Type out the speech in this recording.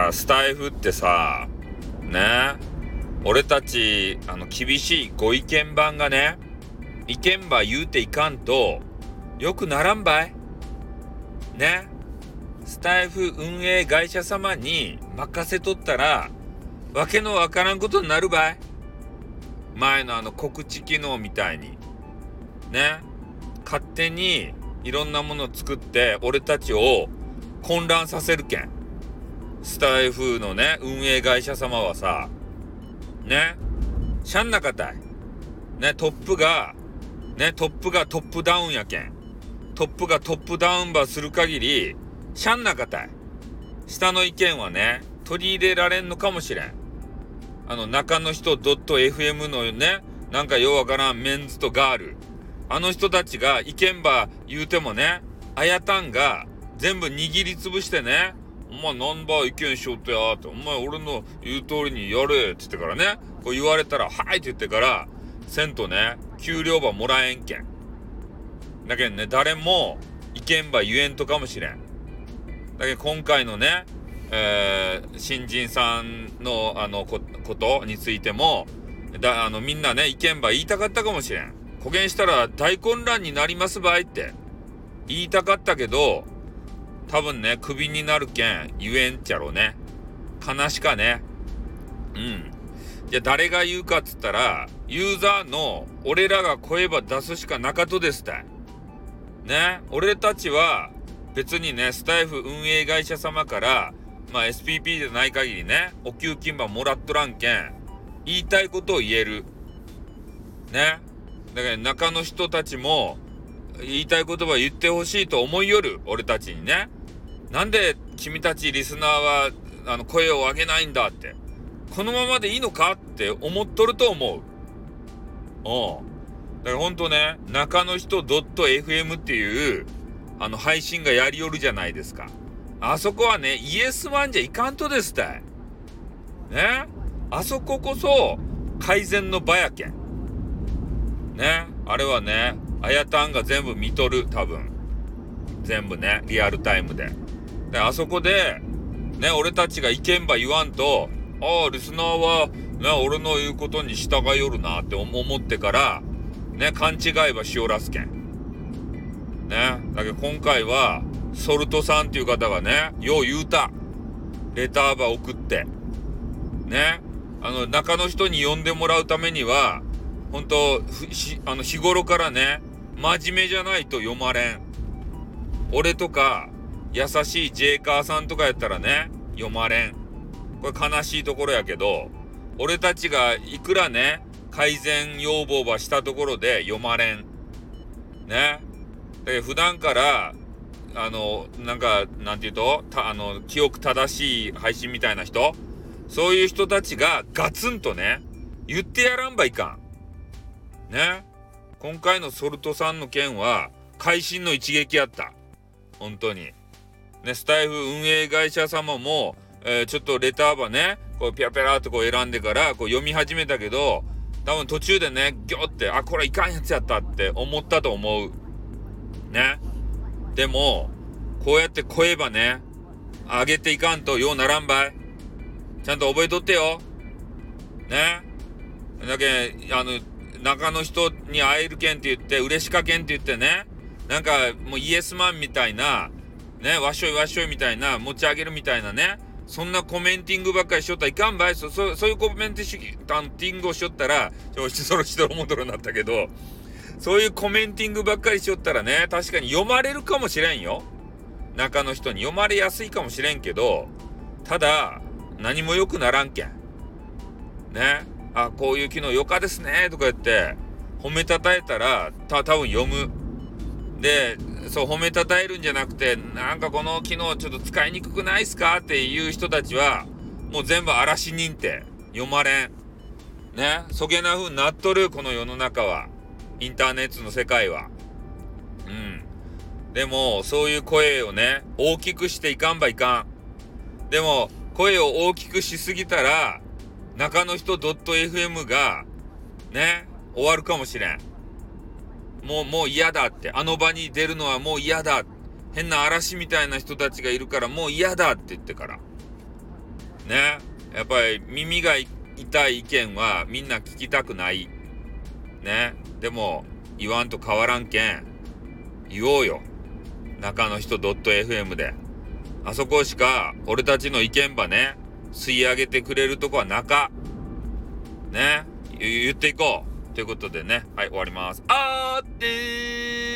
スタイフってさ、ね、俺たち厳しいご意見番がね、意見ば言うていかんとよくならんばいね。スタイフ運営会社様に任せとったらわけのわからんことになるばい。前の告知機能みたいにね、勝手にいろんなものを作って俺たちを混乱させるけん。スタイフのね運営会社様はさね、しゃんなかたいね、トップがトップダウンやけん、トップがトップダウンばする限りしゃんなかたい。下の意見はね取り入れられんのかもしれん。中の人 .fm のね、なんかようわからんメンズとガール、人たちが意見ば言うてもね、あやたんが全部握りつぶしてね、お前何ば意見しようとやって、お前俺の言う通りにやれって言ってからね、こう言われたらはいって言ってからせんとね、給料ばもらえんけん。だけどね、誰も意見ば言えんとかもしれん。だけど今回のね、新人さんのことについてもみんなね意見ば言いたかったかもしれん。公言したら大混乱になりますばいって言いたかったけど、多分ねクビになるけん言えんちゃろね。悲しかね。じゃあ誰が言うかっつったら、ユーザーの俺らが声ば出すしかなかとですたいね。俺たちは別にねスタイフ運営会社様からSPP でない限りねお給金ばもらっとらんけん、言いたいことを言えるね。だから中の人たちも言いたい言葉言ってほしいと思いよる。俺たちにね、なんで君たちリスナーは声を上げないんだって、このままでいいのかって思っとると思う。だからほんとね、中の人 .fm っていう配信がやりよるじゃないですか。あそこはねイエスマンじゃいかんとですたいね。あそここそ改善の場やけんね。あれはねあやたんが全部見とる、多分全部ねリアルタイムで。であそこでね俺たちが意見ば言わんと、リスナーはね俺の言うことに従いよるなって思ってからね勘違いばしおらすけんね。だけど今回はソルトさんっていう方がねよう言うた。レターば送ってね、中の人に呼んでもらうためには本当日頃からね真面目じゃないと読まれん。俺とか優しいジェイカーさんとかやったらね読まれん。これ悲しいところやけど、俺たちがいくらね改善要望ばしたところで読まれんね。で普段からなんていうと記憶正しい配信みたいな人、そういう人たちがガツンとね言ってやらんばいかんね。今回のソルトさんの件は会心の一撃やった。本当にね。スタイフ運営会社様も、ちょっとレターばねこうピャペラーっとこう選んでからこう読み始めたけど、多分途中でねギョってこれいかんやつやったって思ったと思うね。でもこうやって声ばね上げていかんとようならんばい。ちゃんと覚えとってよね。だけ中の人に会えるけんって言って嬉しかけんって言ってね、なんかもうイエスマンみたいなね、わっしょいみたいな持ち上げるみたいなね、そんなコメンティングばっかりしよったらいかんばい。そういうコメンティングをしよったらしどろもどろになったけど、そういうコメンティングばっかりしよったらね、確かに読まれるかもしれんよ。中の人に読まれやすいかもしれんけど、ただ何も良くならんけんね。こういう機能良かですねとか言って褒めたたえたら多分読む。でそう褒めたたえるんじゃなくて、なんかこの機能ちょっと使いにくくないっすかっていう人たちはもう全部嵐認定、読まれんね。そげな風になっとるこの世の中は、インターネットの世界は。でもそういう声をね大きくしていかんばいかん。でも声を大きくしすぎたら中の人 .fm がね終わるかもしれん。もう嫌だって、場に出るのはもう嫌だ、変な嵐みたいな人たちがいるからもう嫌だって言ってからね。やっぱり耳が痛い意見はみんな聞きたくない。ね。でも、言わんと変わらんけん、言おうよ。中の人 .fm で。あそこしか俺たちの意見ばね、吸い上げてくれるとこは中。ね。言っていこう。ということでね、はい、終わります。あーってー